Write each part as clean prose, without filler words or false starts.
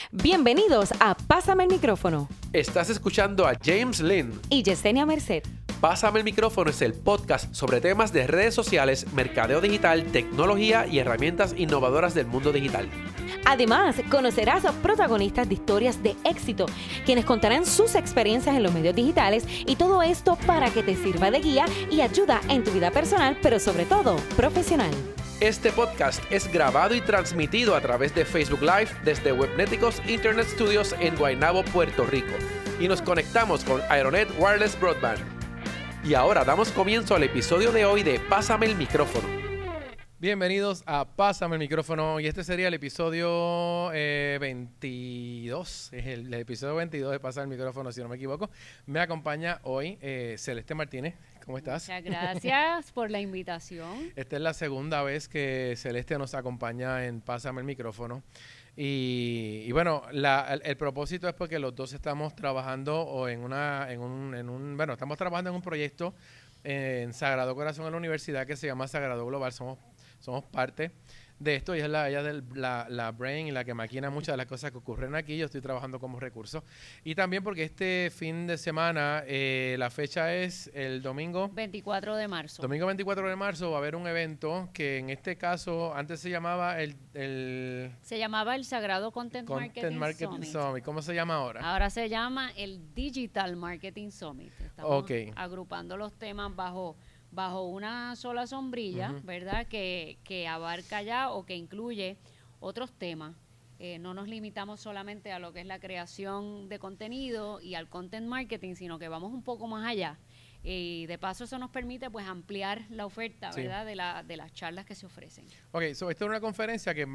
Bienvenidos a Pásame el Micrófono. Estás escuchando a James Lynn. Y Yesenia Merced. Pásame el Micrófono es el podcast sobre temas de redes sociales, mercadeo digital, tecnología y herramientas innovadoras del mundo digital. Además, conocerás a protagonistas de historias de éxito, quienes contarán sus experiencias en los medios digitales y todo esto para que te sirva de guía y ayuda en tu vida personal, pero sobre todo profesional. Este podcast es grabado y transmitido a través de Facebook Live desde Webneticos Internet Studios en Guaynabo, Puerto Rico. Y nos conectamos con Aeronet Wireless Broadband. Y ahora damos comienzo al episodio de hoy de Pásame el Micrófono. Bienvenidos a Pásame el Micrófono, y este sería el episodio 22, es el episodio 22 de Pásame el Micrófono, si no me equivoco. Me acompaña hoy Celeste Martínez. ¿Cómo estás? Muchas gracias por la invitación. Esta es la segunda vez que Celeste nos acompaña en Pásame el Micrófono. Y bueno, el propósito es porque los dos estamos trabajando estamos trabajando en un proyecto en Sagrado Corazón en la universidad que se llama Sagrado Global. Somos parte de esto y es la brain y la que maquina muchas de las cosas que ocurren aquí. Yo estoy trabajando como recurso. Y también porque este fin de semana, la fecha es el domingo 24 de marzo. Domingo 24 de marzo va a haber un evento que en este caso antes se llamaba Se llamaba el Sagrado Content Marketing Summit. ¿Cómo se llama ahora? Ahora se llama el Digital Marketing Summit. Estamos agrupando los temas bajo una sola sombrilla, ¿verdad? Que abarca ya o que incluye otros temas. No nos limitamos solamente a lo que es la creación de contenido y al content marketing, sino que vamos un poco más allá. Y de paso eso nos permite pues ampliar la oferta, ¿verdad? De las charlas que se ofrecen. Ok, esta es una conferencia que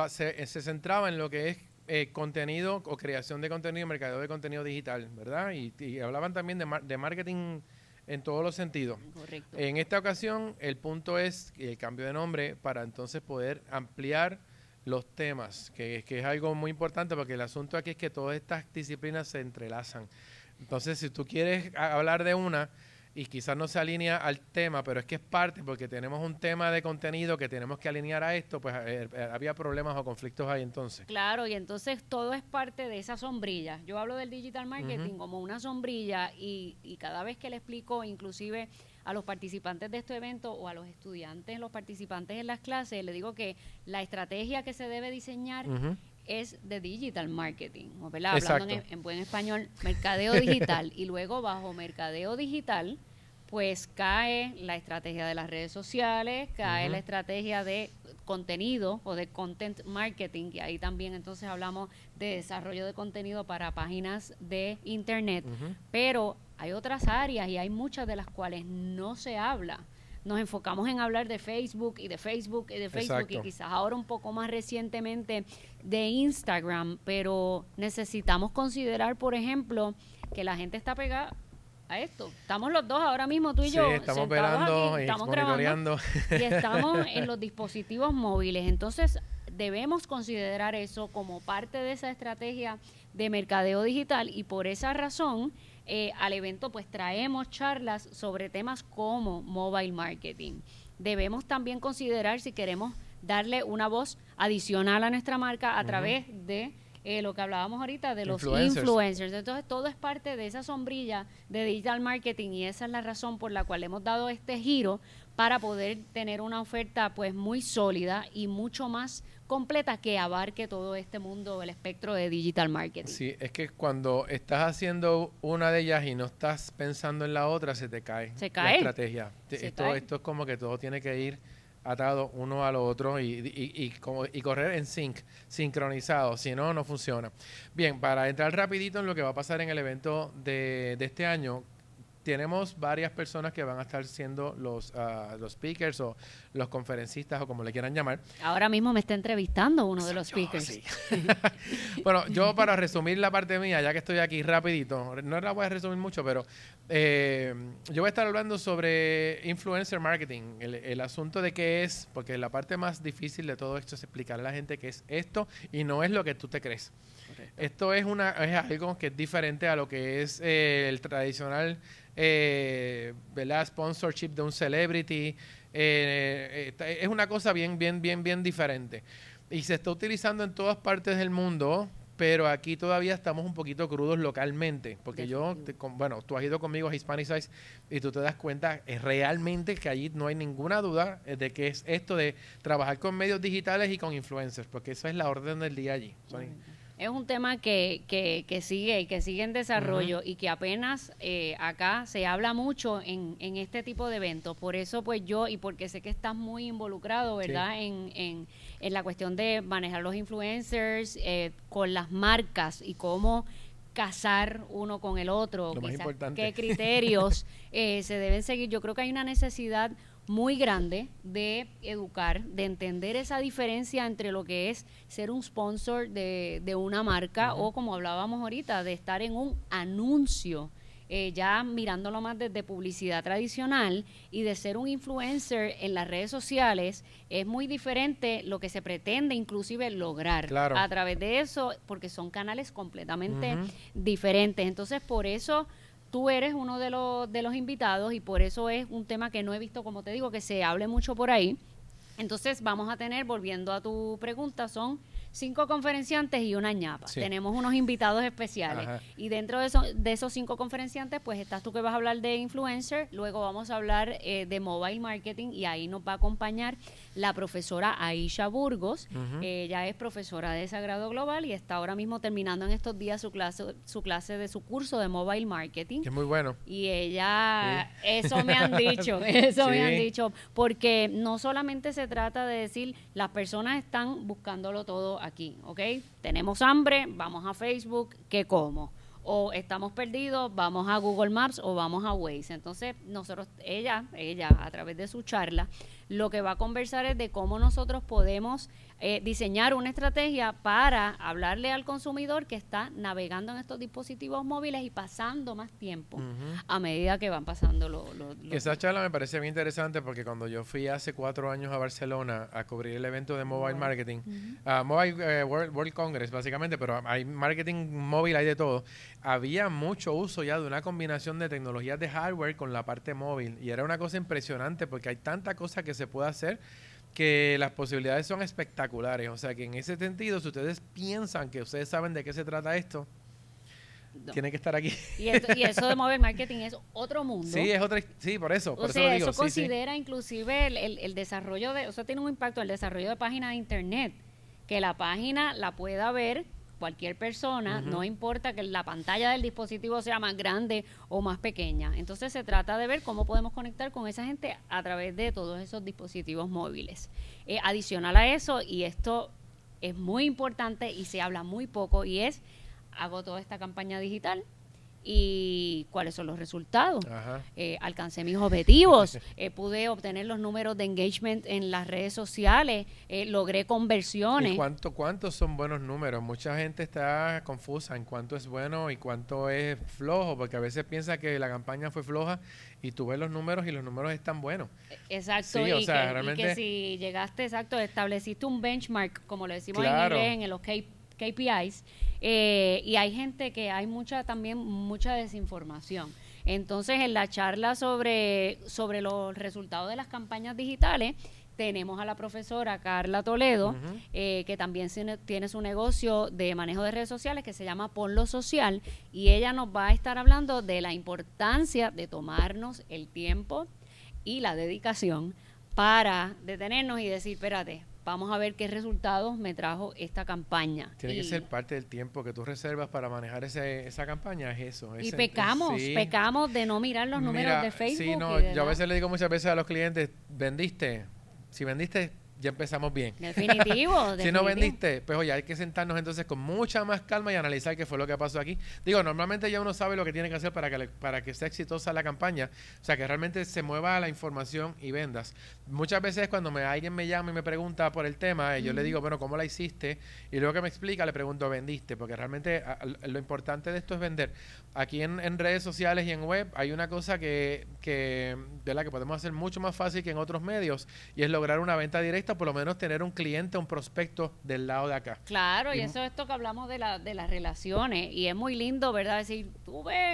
se centraba en lo que es contenido o creación de contenido, mercadeo de contenido digital, ¿verdad? Y hablaban también de marketing en todos los sentidos. Correcto. En esta ocasión, el punto es el cambio de nombre para entonces poder ampliar los temas, que es algo muy importante porque el asunto aquí es que todas estas disciplinas se entrelazan. Entonces, si tú quieres hablar de una y quizás no se alinea al tema, pero es que es parte porque tenemos un tema de contenido que tenemos que alinear a esto, pues había problemas o conflictos ahí entonces. Claro, y entonces todo es parte de esa sombrilla. Yo hablo del digital marketing como una sombrilla y cada vez que le explico inclusive a los participantes de este evento o a los estudiantes, los participantes en las clases, le digo que la estrategia que se debe diseñar es de digital marketing, ¿verdad? Hablando en buen español, mercadeo digital. Y luego bajo mercadeo digital, pues cae la estrategia de las redes sociales, cae la estrategia de contenido o de content marketing, y ahí también entonces hablamos de desarrollo de contenido para páginas de internet, pero hay otras áreas y hay muchas de las cuales no se habla. Nos enfocamos en hablar de Facebook y de Facebook y de Facebook y quizás ahora un poco más recientemente de Instagram, pero necesitamos considerar, por ejemplo, que la gente está pegada a esto. Estamos los dos ahora mismo, tú y yo, estamos velando aquí, y estamos monitoreando y estamos en los dispositivos móviles. Entonces, debemos considerar eso como parte de esa estrategia de mercadeo digital y por esa razón al evento pues traemos charlas sobre temas como mobile marketing. Debemos también considerar si queremos darle una voz adicional a nuestra marca a través de lo que hablábamos ahorita de los influencers. Entonces todo es parte de esa sombrilla de digital marketing y esa es la razón por la cual hemos dado este giro para poder tener una oferta pues muy sólida y mucho más completa que abarque todo este mundo, el espectro de digital marketing. Sí, es que cuando estás haciendo una de ellas y no estás pensando en la otra, se te cae la estrategia. Esto es como que todo tiene que ir atado uno al otro y correr en sincronizado, si no, no funciona. Bien, para entrar rapidito en lo que va a pasar en el evento de este año, tenemos varias personas que van a estar siendo los speakers o los conferencistas o como le quieran llamar. Ahora mismo me está entrevistando uno de los speakers. Sí. Bueno, yo para resumir la parte mía, ya que estoy aquí rapidito, no la voy a resumir mucho, pero yo voy a estar hablando sobre influencer marketing, el asunto de qué es, porque la parte más difícil de todo esto es explicarle a la gente qué es esto y no es lo que tú te crees. Correcto. Esto es algo que es diferente a lo que es el tradicional ¿verdad? Sponsorship de un celebrity. Es una cosa bien diferente. Y se está utilizando en todas partes del mundo pero aquí todavía estamos un poquito crudos localmente, porque Definitivo. bueno, tú has ido conmigo a Hispanicize y tú te das cuenta realmente que allí no hay ninguna duda de que es esto de trabajar con medios digitales y con influencers, porque eso es la orden del día allí. Es un tema que sigue y que sigue en desarrollo y que apenas acá se habla mucho en este tipo de eventos. Por eso, pues yo, y porque sé que estás muy involucrado, ¿verdad? En la cuestión de manejar los influencers con las marcas y cómo casar uno con el otro, Lo más importante. qué criterios se deben seguir. Yo creo que hay una necesidad muy grande de educar, de entender esa diferencia entre lo que es ser un sponsor de una marca o, como hablábamos ahorita, de estar en un anuncio, ya mirándolo más desde publicidad tradicional, y de ser un influencer en las redes sociales. Es muy diferente lo que se pretende inclusive lograr a través de eso, porque son canales completamente diferentes. Entonces, por eso tú eres uno de los invitados, y por eso es un tema que no he visto, como te digo, que se hable mucho por ahí. Entonces vamos a tener, volviendo a tu pregunta, son 5 conferenciantes y una ñapa. Sí. Tenemos unos invitados especiales. Ajá. Y dentro de esos 5 conferenciantes, pues estás tú, que vas a hablar de influencer. Luego vamos a hablar de mobile marketing, y ahí nos va a acompañar la profesora Aisha Burgos. Ella es profesora de Sagrado Global y está ahora mismo terminando en estos días su clase de su curso de mobile marketing. Que es muy bueno. Y ella, eso me han dicho, eso me han Sí. dicho, porque no solamente se trata de decir, las personas están buscándolo todo aquí, ¿ok? Tenemos hambre, vamos a Facebook, ¿qué como? O estamos perdidos, vamos a Google Maps o vamos a Waze. Entonces, ella, a través de su charla, lo que va a conversar es de cómo nosotros podemos diseñar una estrategia para hablarle al consumidor que está navegando en estos dispositivos móviles y pasando más tiempo a medida que van pasando los Esa charla me parece bien interesante, porque cuando yo fui hace 4 años a Barcelona a cubrir el evento de Mobile Marketing, Mobile World Congress básicamente, pero hay marketing móvil, hay de todo, había mucho uso ya de una combinación de tecnologías de hardware con la parte móvil, y era una cosa impresionante porque hay tanta cosa que se puede hacer que las posibilidades son espectaculares. O sea que en ese sentido, si ustedes piensan que ustedes saben de qué se trata esto, tienen que estar aquí. Y eso de mobile marketing es otro mundo. Sí, es otra, sí, por eso O lo sea, digo. eso considera inclusive el desarrollo o sea, tiene un impacto en el desarrollo de páginas de internet, que la página la pueda ver cualquier persona, no importa que la pantalla del dispositivo sea más grande o más pequeña. Entonces se trata de ver cómo podemos conectar con esa gente a través de todos esos dispositivos móviles. Adicional a eso, y esto es muy importante y se habla muy poco, y es, hago toda esta campaña digital y cuáles son los resultados. Alcancé mis objetivos, pude obtener los números de engagement en las redes sociales, logré conversiones. ¿Y cuántos son buenos números? Mucha gente está confusa en cuánto es bueno y cuánto es flojo, porque a veces piensa que la campaña fue floja y tú ves los números y los números están buenos. Exacto, Sí, y, o sea, que, realmente, y que si llegaste, estableciste un benchmark, como lo decimos Claro. en inglés, en los KPIs, y hay gente que hay mucha desinformación. Entonces, en la charla sobre los resultados de las campañas digitales, tenemos a la profesora Carla Toledo, que también tiene su negocio de manejo de redes sociales que se llama Ponlo Social, y ella nos va a estar hablando de la importancia de tomarnos el tiempo y la dedicación para detenernos y decir, espérate, vamos a ver qué resultados me trajo esta campaña. Tiene que ser parte del tiempo que tú reservas para manejar esa campaña, es eso. Y pecamos de no mirar los números de Facebook. Sí, no, yo a veces le digo muchas veces a los clientes, si vendiste, ya empezamos bien. Definitivo. Si no vendiste, pues oye, hay que sentarnos entonces con mucha más calma y analizar qué fue lo que pasó aquí. Digo, normalmente ya uno sabe lo que tiene que hacer para que sea exitosa la campaña, o sea, que realmente se mueva la información y vendas. Muchas veces cuando alguien me llama y me pregunta por el tema, yo le digo, bueno, ¿cómo la hiciste? Y luego que me explica, le pregunto, ¿vendiste? Porque realmente lo importante de esto es vender. Aquí en redes sociales y en web hay una cosa que podemos hacer mucho más fácil que en otros medios, y es lograr una venta directa, por lo menos tener un cliente, un prospecto del lado de acá. Claro, y eso es esto que hablamos de las relaciones, y es muy lindo, ¿verdad? Decir, tuve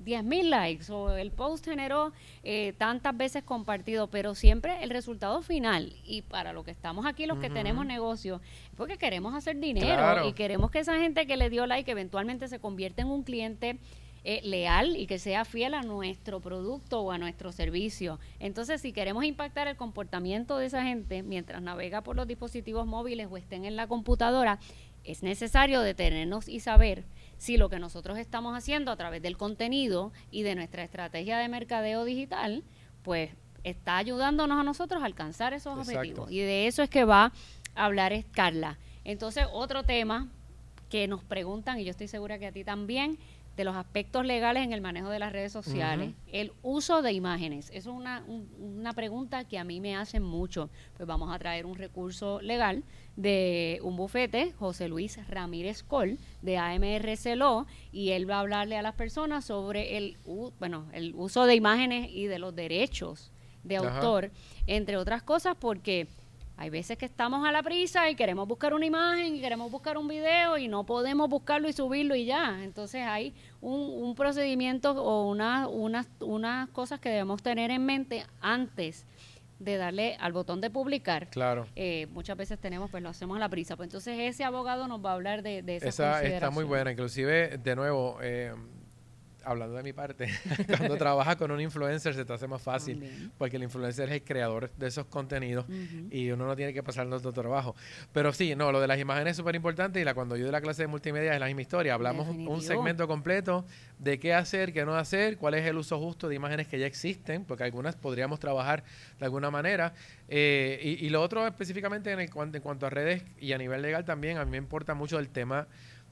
10,000 likes o el post generó tantas veces compartido, pero siempre el resultado final, y para lo que estamos aquí los que tenemos negocio, es porque queremos hacer dinero y queremos que esa gente que le dio like eventualmente se convierta en un cliente leal y que sea fiel a nuestro producto o a nuestro servicio. Entonces, si queremos impactar el comportamiento de esa gente mientras navega por los dispositivos móviles o estén en la computadora, es necesario detenernos y saber si lo que nosotros estamos haciendo a través del contenido y de nuestra estrategia de mercadeo digital, pues está ayudándonos a nosotros a alcanzar esos objetivos. Y de eso es que va a hablar Carla. Entonces, otro tema que nos preguntan, y yo estoy segura que a ti también, de los aspectos legales en el manejo de las redes sociales, el uso de imágenes. Eso es una pregunta que a mí me hacen mucho. Pues vamos a traer un recurso legal de un bufete, José Luis Ramírez Col, de AMRC Law, y él va a hablarle a las personas sobre el uso de imágenes y de los derechos de autor, entre otras cosas, porque hay veces que estamos a la prisa y queremos buscar una imagen y queremos buscar un video y no podemos buscarlo y subirlo y ya. Entonces hay un procedimiento o unas cosas que debemos tener en mente antes de darle al botón de publicar. Claro. Muchas veces pues lo hacemos a la prisa. Pues entonces ese abogado nos va a hablar de esa consideración. Está muy buena. Inclusive, de nuevo, hablando de mi parte, cuando trabajas con un influencer se te hace más fácil, porque el influencer es el creador de esos contenidos y uno no tiene que pasar nuestro trabajo. Pero sí, lo de las imágenes es súper importante, y cuando yo doy la clase de multimedia es la misma historia. Hablamos un segmento completo de qué hacer, qué no hacer, cuál es el uso justo de imágenes que ya existen, porque algunas podríamos trabajar de alguna manera. Y lo otro específicamente en cuanto a redes y a nivel legal también, a mí me importa mucho el tema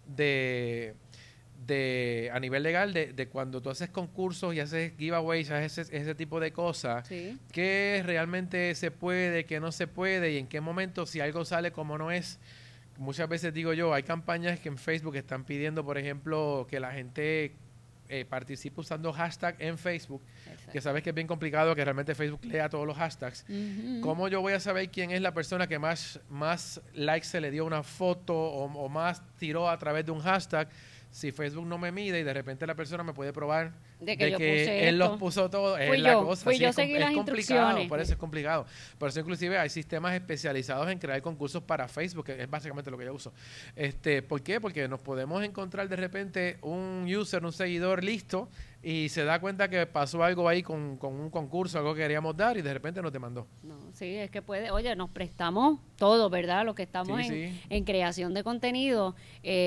a nivel legal, de cuando tú haces concursos y haces giveaways, haces ese tipo de cosas, qué realmente se puede, qué no se puede, y en qué momento, si algo sale como no es. Muchas veces digo yo, hay campañas que en Facebook están pidiendo, por ejemplo, que la gente participe usando hashtag en Facebook. Exacto. Que sabes que es bien complicado que realmente Facebook lea todos los hashtags. ¿Cómo yo voy a saber quién es la persona que más likes se le dio a una foto o más tiró a través de un hashtag? Si Facebook no me mide y de repente la persona me puede probar de que él los puso todos, es la cosa. Yo seguí las complicado, por eso es complicado. Por eso inclusive hay sistemas especializados en crear concursos para Facebook, que es básicamente lo que yo uso. ¿Por qué? Porque nos podemos encontrar de repente un user, un seguidor listo, y se da cuenta que pasó algo ahí con un concurso, algo que queríamos dar, y de repente nos demandó. No, sí, es que nos prestamos todo, ¿verdad? Lo que estamos en creación de contenido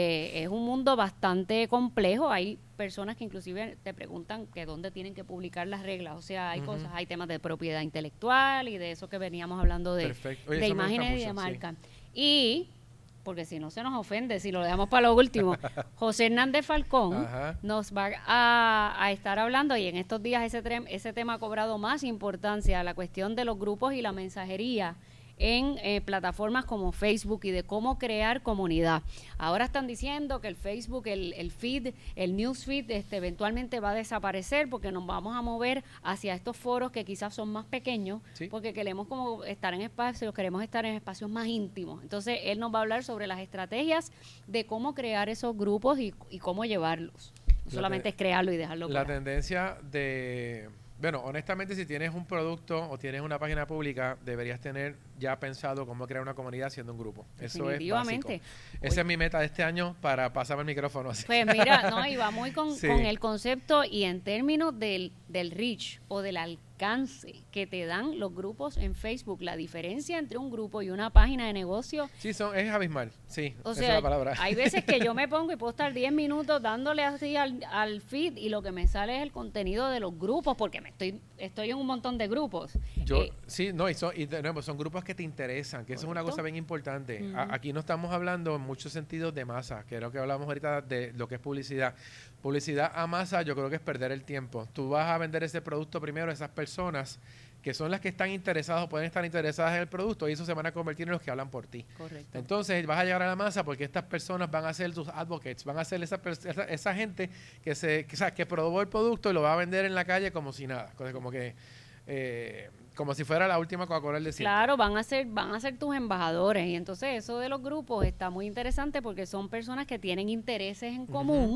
es un mundo bastante complejo. Hay personas que inclusive te preguntan que dónde tienen que publicar las reglas. O sea, hay cosas, hay temas de propiedad intelectual y de eso que veníamos hablando de imágenes y de marca. Y porque si no se nos ofende, si lo dejamos para lo último. José Hernández Falcón nos va a estar hablando, y en estos días ese tema ha cobrado más importancia, la cuestión de los grupos y la mensajería en plataformas como Facebook y de cómo crear comunidad. Ahora están diciendo que el Facebook, el feed, el newsfeed, eventualmente va a desaparecer porque nos vamos a mover hacia estos foros que quizás son más pequeños, porque queremos queremos estar en espacios más íntimos. Entonces, él nos va a hablar sobre las estrategias de cómo crear esos grupos y cómo llevarlos. No solamente es crearlo y dejarlo. La tendencia bueno, honestamente, si tienes un producto o tienes una página pública, deberías tener ya pensado cómo crear una comunidad siendo un grupo. Eso es básico. Esa es mi meta de este año para pasarme el micrófono. Así. Pues mira, y va muy con el concepto y en términos del reach o del alcance que te dan los grupos en Facebook. La diferencia entre un grupo y una página de negocio. Sí, es abismal. Sí, o esa sea, es la palabra. Hay veces que yo me pongo y puedo estar 10 minutos dándole así al feed y lo que me sale es el contenido de los grupos porque estoy en un montón de grupos. Y de nuevo, son grupos que te interesan, que eso es una cosa bien importante. Aquí no estamos hablando en muchos sentidos de masa, que es lo que hablamos ahorita de lo que es publicidad. Publicidad a masa yo creo que es perder el tiempo. Tú vas a vender ese producto primero a esas personas que son las que están interesadas o pueden estar interesadas en el producto, y eso se van a convertir en los que hablan por ti. Correcto. Entonces vas a llegar a la masa porque estas personas van a ser tus advocates, van a ser esa gente que probó el producto y lo va a vender en la calle como si nada, como si fuera la última Coca-Cola del desierto. Claro, van a ser tus embajadores, y entonces eso de los grupos está muy interesante porque son personas que tienen intereses en común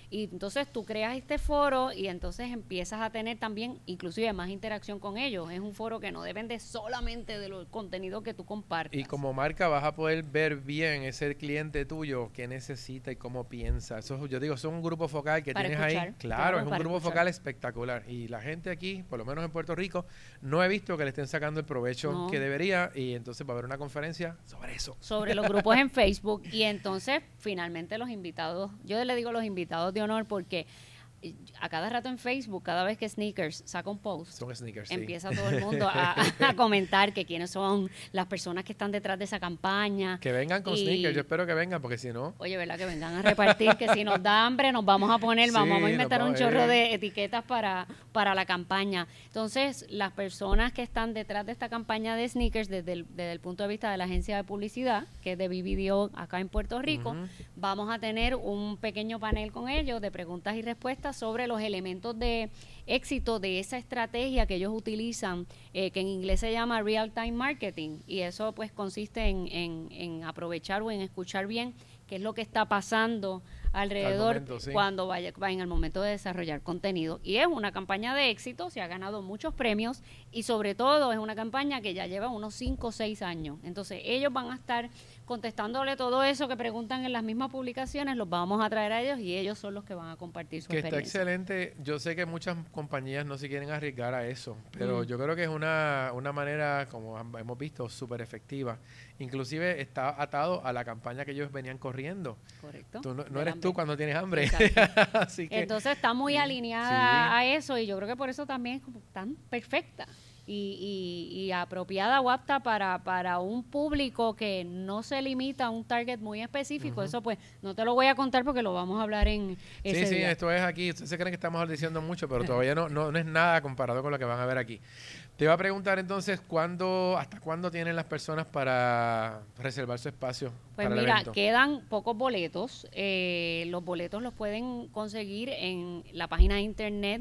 Y entonces tú creas este foro y entonces empiezas a tener también inclusive más interacción con ellos. Es un foro que no depende solamente de los contenidos que tú compartas. Y como marca vas a poder ver bien ese cliente tuyo, qué necesita y cómo piensa. Eso, yo digo, eso es un grupo focal que Para tienes escuchar, ahí. Claro, es un para grupo escuchar. focal espectacular. Y la gente aquí, por lo menos en Puerto Rico, no he visto que le estén sacando el provecho No. que debería. Y entonces va a haber una conferencia sobre eso. Sobre los grupos en Facebook y entonces finalmente los invitados, yo le digo los invitados de honor porque a cada rato en Facebook, cada vez que Sneakers saca un post, Son sneakers, sí. empieza todo el mundo a comentar que quiénes son las personas que están detrás de esa campaña. Que vengan con Y- sneakers, yo espero que vengan, porque si no... Oye, ¿verdad? Que vengan a repartir, que si nos da hambre nos vamos a poner, Sí, vamos a nos inventar un vamos, chorro de etiquetas para la campaña. Entonces, las personas que están detrás de esta campaña de sneakers, desde el punto de vista de la agencia de publicidad, que es de BBDO acá en Puerto Rico, vamos a tener un pequeño panel con ellos de preguntas y respuestas sobre los elementos de éxito de esa estrategia que ellos utilizan, que en inglés se llama real time marketing, y eso pues consiste en aprovechar o en escuchar bien qué es lo que está pasando alrededor momento, sí. cuando va en el momento de desarrollar contenido. Y es una campaña de éxito, se ha ganado muchos premios y sobre todo es una campaña que ya lleva unos 5 o 6 años. Entonces ellos van a estar contestándole todo eso que preguntan en las mismas publicaciones, los vamos a traer a ellos y ellos son los que van a compartir su Que está experiencia. excelente. Yo sé que muchas compañías no se quieren arriesgar a eso, pero yo creo que es una manera, como hemos visto, súper efectiva. Inclusive está atado a la campaña que ellos venían corriendo. Correcto. Tú no Del eres tú hambre. cuando tienes hambre. Exacto. Así que Entonces está muy sí, alineada sí. a eso y yo creo que por eso también es como tan perfecta y apropiada o apta para un público que no se limita a un target muy específico. Eso pues no te lo voy a contar porque lo vamos a hablar en ese Sí, día. esto es aquí. Ustedes se creen que estamos diciendo mucho, pero todavía no es nada comparado con lo que van a ver aquí. Te iba a preguntar entonces, ¿hasta cuándo tienen las personas para reservar su espacio Pues para el mira, evento? quedan pocos boletos. Los boletos los pueden conseguir en la página de internet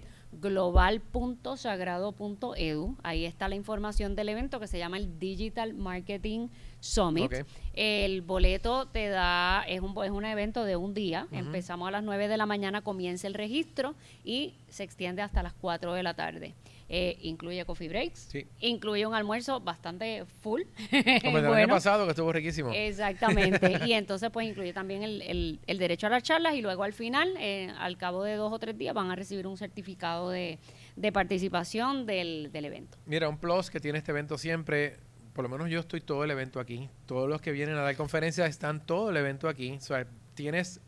global.sagrado.edu. Ahí está la información del evento que se llama el Digital Marketing Summit. Ok. El boleto te da, es un evento de un día. Empezamos a las 9 de la mañana, comienza el registro y se extiende hasta las 4 de la tarde. Incluye coffee breaks, Sí. incluye un almuerzo bastante full. Como el del año Bueno, pasado, que estuvo riquísimo. exactamente. Y entonces pues incluye también el derecho a las charlas y luego al final, al cabo de 2 o 3 días, van a recibir un certificado de participación del evento. Mira, un plus que tiene este evento siempre, por lo menos yo estoy todo el evento aquí. Todos los que vienen a dar conferencias están todo el evento aquí. O sea, tienes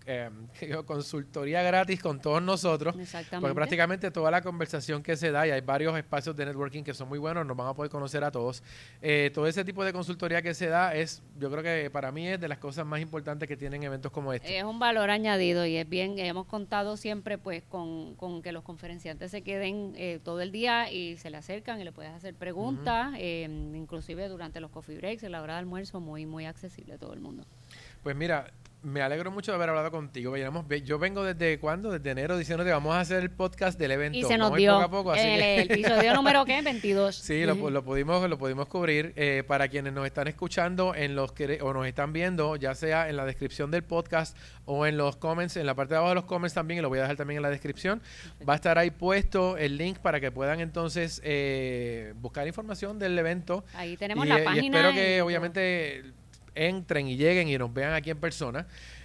consultoría gratis con todos nosotros. Exactamente. Porque prácticamente toda la conversación que se da, y hay varios espacios de networking que son muy buenos, nos van a poder conocer a todos. Todo ese tipo de consultoría que se da yo creo que para mí es de las cosas más importantes que tienen eventos como este. Es un valor añadido y es bien, hemos contado siempre pues con que los conferenciantes se queden todo el día y se le acercan y le puedes hacer preguntas, inclusive durante los coffee breaks, en la hora de almuerzo, muy, muy accesible a todo el mundo. Pues mira, me alegro mucho de haber hablado contigo. Yo vengo ¿desde cuándo? Desde enero diciéndote vamos a hacer el podcast del evento. Y se nos Vamos a ir dio poco a poco, así que- el episodio número ¿qué? 22. Sí, lo pudimos cubrir. Para quienes nos están escuchando o nos están viendo, ya sea en la descripción del podcast o en los comments, en la parte de abajo de los comments también, y lo voy a dejar también en la descripción, va a estar ahí puesto el link para que puedan entonces buscar información del evento. Ahí tenemos y, la y página. espero que y- obviamente entren y lleguen y nos vean aquí en persona.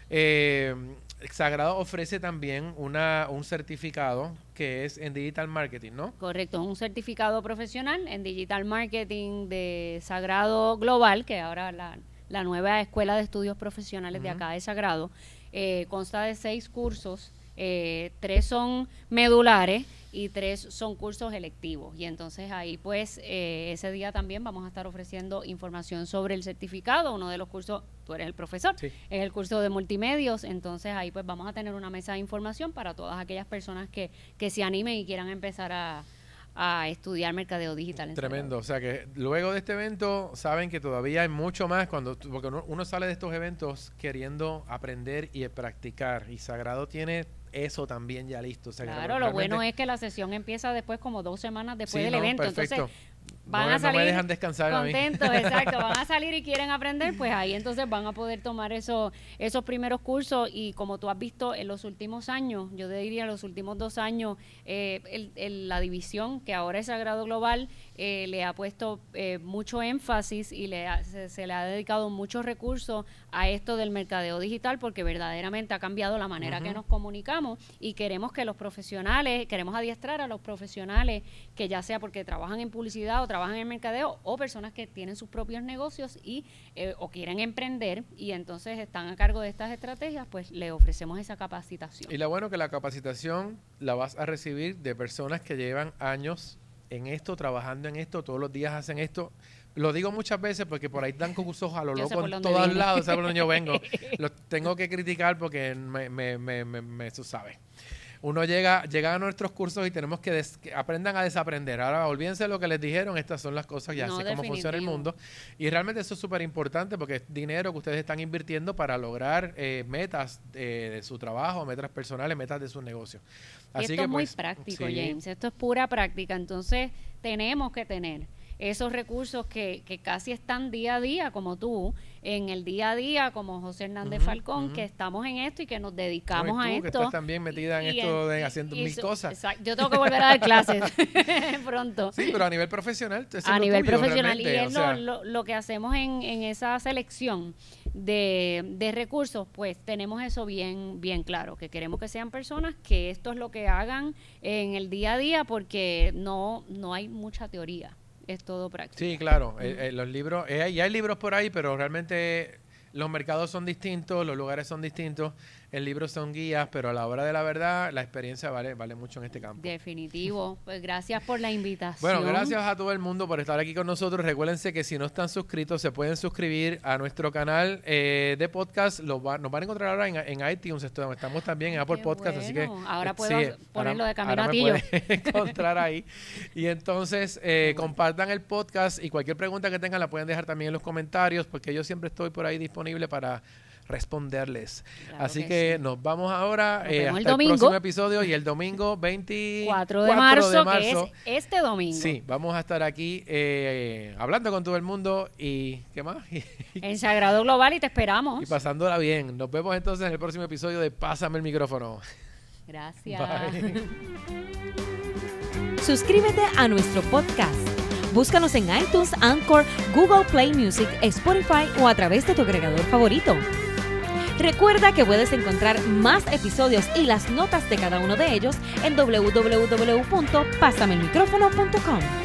Sagrado ofrece también un certificado que es en Digital Marketing, ¿no? Correcto, es un certificado profesional en Digital Marketing de Sagrado Global, que ahora la nueva escuela de estudios profesionales de acá de Sagrado. Consta de 6 cursos, 3 son medulares y 3 son cursos electivos. Y entonces ahí pues ese día también vamos a estar ofreciendo información sobre el certificado. Uno de los cursos, tú eres el profesor, Sí. es el curso de multimedios. Entonces ahí pues vamos a tener una mesa de información para todas aquellas personas que se animen y quieran empezar a estudiar mercadeo digital. en Tremendo, o sea que luego de este evento saben que todavía hay mucho más porque uno sale de estos eventos queriendo aprender y practicar, y Sagrado tiene eso también ya listo. O sea, que Claro, lo bueno es que la sesión empieza después como 2 semanas después Sí, del no, evento. perfecto. Entonces, van No a salir me dejan descansar a mí. contentos, exacto, van a salir y quieren aprender, pues ahí entonces van a poder tomar esos primeros cursos. Y como tú has visto en los últimos años, yo te diría los últimos 2 años, la división que ahora es Sagrado Global le ha puesto mucho énfasis y se le ha dedicado muchos recursos a esto del mercadeo digital, porque verdaderamente ha cambiado la manera que nos comunicamos, y queremos que los profesionales, queremos adiestrar a los profesionales que ya sea porque trabajan en publicidad o trabajan en mercadeo, o personas que tienen sus propios negocios y o quieren emprender y entonces están a cargo de estas estrategias, pues le ofrecemos esa capacitación. Y lo bueno que la capacitación la vas a recibir de personas que llevan años en esto, trabajando en esto, todos los días hacen esto. Lo digo muchas veces porque por ahí dan cursos a lo loco en todos lados, ¿sabes por dónde yo vengo? Los tengo que criticar porque tú sabes. Uno llega a nuestros cursos y tenemos que aprendan a desaprender. Ahora, olvídense lo que les dijeron, estas son las cosas, ya sé cómo funciona el mundo. Y realmente eso es súper importante porque es dinero que ustedes están invirtiendo para lograr metas de su trabajo, metas personales, metas de sus negocios. Así esto que, es muy práctico, sí. James, esto es pura práctica. Entonces, tenemos que tener esos recursos que casi están día a día, como tú, en el día a día, como José Hernández Falcón, que estamos en esto y que nos dedicamos a esto. Que estás también metida en esto de haciendo mil cosas. Exacto. Yo tengo que volver a dar clases pronto. Sí, pero a nivel profesional. A nivel profesional. Y es lo que hacemos en esa selección de recursos, pues tenemos eso bien claro, que queremos que sean personas que esto es lo que hagan en el día a día, porque no hay mucha teoría. Es todo práctico. Sí, claro. Los libros, y hay libros por ahí, pero realmente los mercados son distintos, los lugares son distintos, el libro son guías, pero a la hora de la verdad, la experiencia vale mucho en este campo. Definitivo. Pues gracias por la invitación. Bueno, gracias a todo el mundo por estar aquí con nosotros. Recuérdense que si no están suscritos, se pueden suscribir a nuestro canal de podcast. Nos van a encontrar ahora en iTunes. Estamos también en Apple Podcast, así que ahora puedo ponerlo de camino a ti. Ahora me pueden encontrar ahí. Y entonces compartan el podcast y cualquier pregunta que tengan la pueden dejar también en los comentarios, porque yo siempre estoy por ahí disponible para responderles. Claro. Así que nos vamos ahora hasta el próximo episodio, y el domingo 24 de marzo, que es este domingo. Sí, vamos a estar aquí hablando con todo el mundo y ¿qué más? En Sagrado Global, y te esperamos. Y pasándola bien. Nos vemos entonces en el próximo episodio de Pásame el Micrófono. Gracias. Bye. Suscríbete a nuestro podcast. Búscanos en iTunes, Anchor, Google Play Music, Spotify o a través de tu agregador favorito. Recuerda que puedes encontrar más episodios y las notas de cada uno de ellos en www.pasamelmicrofono.com.